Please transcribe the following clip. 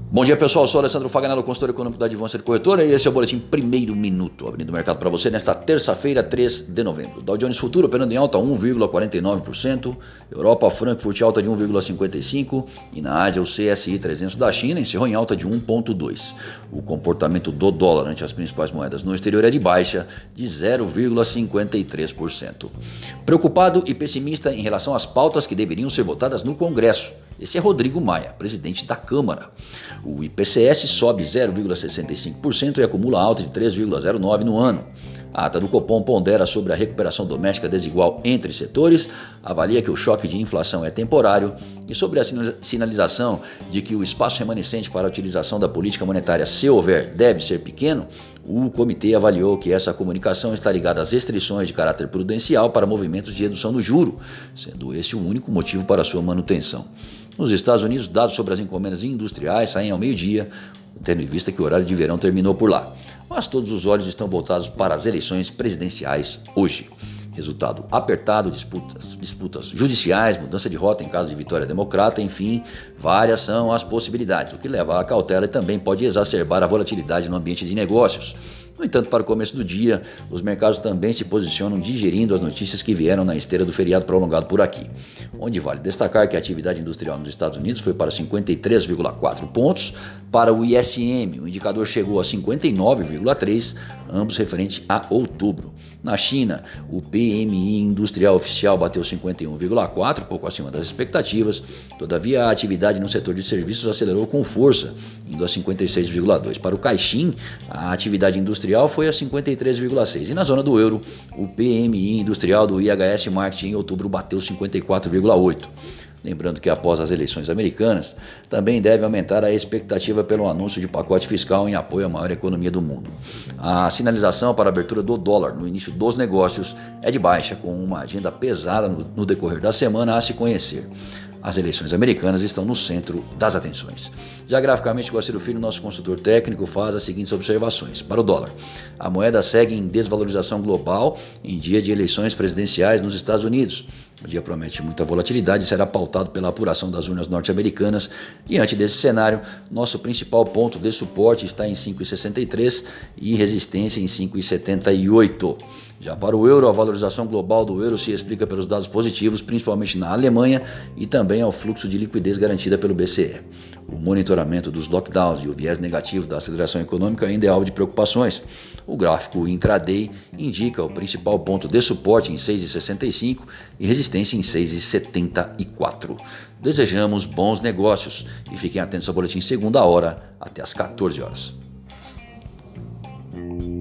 Bom dia, pessoal. Eu sou Alessandro Faganello, consultor econômico da Advancer Corretora, e esse é o boletim Primeiro Minuto, abrindo o mercado para você nesta terça-feira, 3 de novembro. Dow Jones Futuro operando em alta 1,49%, Europa Frankfurt alta de 1,55% e na Ásia o CSI 300 da China encerrou em alta de 1,2%. O comportamento do dólar ante as principais moedas no exterior é de baixa de 0,53%. Preocupado e pessimista em relação às pautas que deveriam ser votadas no Congresso. Esse é Rodrigo Maia, presidente da Câmara. O IPCS sobe 0,65% e acumula alta de 3,09% no ano. A ata do Copom pondera sobre a recuperação doméstica desigual entre setores, avalia que o choque de inflação é temporário e sobre a sinalização de que o espaço remanescente para a utilização da política monetária, se houver, deve ser pequeno, o comitê avaliou que essa comunicação está ligada às restrições de caráter prudencial para movimentos de redução do juro, sendo esse o único motivo para sua manutenção. Nos Estados Unidos, dados sobre as encomendas industriais saem ao meio-dia, tendo em vista que o horário de verão terminou por lá. Mas todos os olhos estão voltados para as eleições presidenciais hoje. Resultado apertado, disputas judiciais, mudança de rota em caso de vitória democrata, enfim, várias são as possibilidades, o que leva à cautela e também pode exacerbar a volatilidade no ambiente de negócios. No entanto, para o começo do dia, os mercados também se posicionam digerindo as notícias que vieram na esteira do feriado prolongado por aqui, onde vale destacar que a atividade industrial nos Estados Unidos foi para 53,4 pontos, para o ISM o indicador chegou a 59,3, ambos referentes a outubro. Na China, o PMI industrial oficial bateu 51,4, pouco acima das expectativas, todavia a atividade no setor de serviços acelerou com força, indo a 56,2. Para o Caixin, a atividade industrial foi a 53,6 e na zona do euro, o PMI industrial do IHS Markit em outubro bateu 54,8. Lembrando que após as eleições americanas, também deve aumentar a expectativa pelo anúncio de pacote fiscal em apoio à maior economia do mundo. A sinalização para a abertura do dólar no início dos negócios é de baixa, com uma agenda pesada no decorrer da semana a se conhecer. As eleições americanas estão no centro das atenções. Já graficamente, Guaciro Filho, nosso consultor técnico, faz as seguintes observações. Para o dólar, a moeda segue em desvalorização global em dia de eleições presidenciais nos Estados Unidos. O dia promete muita volatilidade e será pautado pela apuração das urnas norte-americanas. Diante desse cenário, nosso principal ponto de suporte está em 5,63 e resistência em 5,78. Já para o euro, a valorização global do euro se explica pelos dados positivos, principalmente na Alemanha, e também ao fluxo de liquidez garantida pelo BCE. O monitoramento dos lockdowns e o viés negativo da aceleração econômica ainda é alvo de preocupações. O gráfico intraday indica o principal ponto de suporte em 6,65 e resistência em 6,74. Desejamos bons negócios e fiquem atentos ao boletim segunda hora até às 14 horas.